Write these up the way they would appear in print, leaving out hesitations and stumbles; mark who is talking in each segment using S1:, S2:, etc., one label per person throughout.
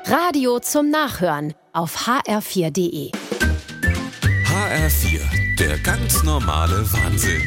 S1: Radio zum Nachhören auf hr4.de.
S2: HR4, der ganz normale Wahnsinn.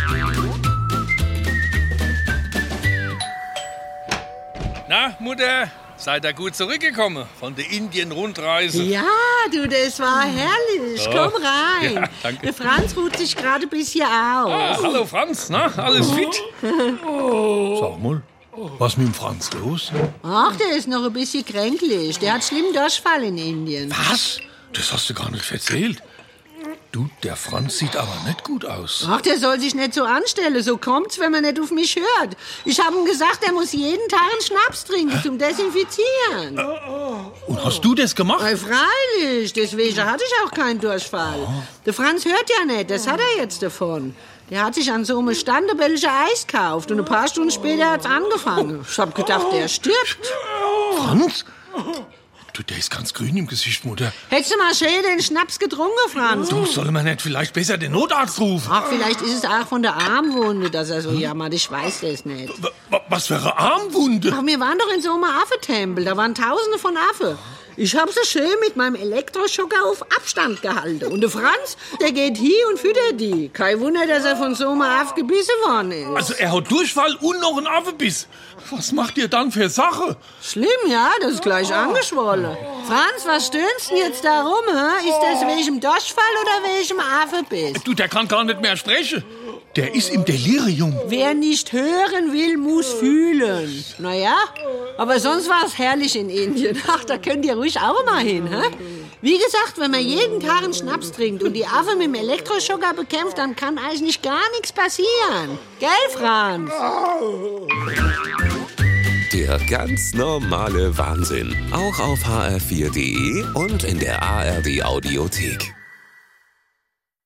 S3: Na, Mutter, seid ihr gut zurückgekommen von der Indien-Rundreise?
S4: Ja, du, das war herrlich.
S3: So.
S4: Komm rein.
S3: Ja, danke.
S4: Der Franz ruht sich gerade bis hier aus.
S3: Ah, hallo Franz, na, alles fit?
S5: Sag mal, was mit dem Franz los?
S4: Ach, der ist noch ein bisschen kränklich. Der hat schlimm Durchfall in Indien.
S5: Was? Das hast du gar nicht erzählt. Du, der Franz sieht aber nicht gut aus.
S4: Ach, der soll sich nicht so anstellen. So kommt's, wenn man nicht auf mich hört. Ich habe ihm gesagt, er muss jeden Tag einen Schnaps trinken zum Desinfizieren.
S5: Und hast du das gemacht?
S4: Freilich, deswegen hatte ich auch keinen Durchfall. Der Franz hört ja nicht, das hat er jetzt davon. Der hat sich an so einem Stand ein Bällchen Eis gekauft und ein paar Stunden später hat's angefangen. Ich hab gedacht, der stirbt.
S5: Franz? Du, der ist ganz grün im Gesicht, Mutter.
S4: Hättest du mal schön den Schnaps getrunken, Franz?
S5: Du, soll man nicht vielleicht besser den Notarzt rufen?
S4: Ach, vielleicht ist es auch von der Armwunde, dass er so jammert. Ich weiß das nicht.
S5: Was für eine Armwunde?
S4: Ach, wir waren doch in so einem Affentempel. Da waren Tausende von Affen. Ich hab sie schön mit meinem Elektroschocker auf Abstand gehalten. Und der Franz, der geht hier und füttert die. Kein Wunder, dass er von so einem Aff gebissen worden ist.
S5: Also er hat Durchfall und noch einen Affenbiss. Was macht ihr dann für Sache?
S4: Schlimm, ja? Das ist gleich angeschwollen. Franz, was stöhnst denn jetzt da rum, hä? Ist das wegen dem Durchfall oder wegen dem Affenbiss?
S5: Du, der kann gar nicht mehr sprechen. Der ist im Delirium.
S4: Wer nicht hören will, muss fühlen. Naja, aber sonst war es herrlich in Indien. Ach, da könnt ihr ruhig auch mal hin, hä? Wie gesagt, wenn man jeden Tag einen Schnaps trinkt und die Affen mit dem Elektroschocker bekämpft, dann kann eigentlich gar nichts passieren. Gell, Franz?
S2: Der ganz normale Wahnsinn. Auch auf hr4.de und in der ARD Audiothek.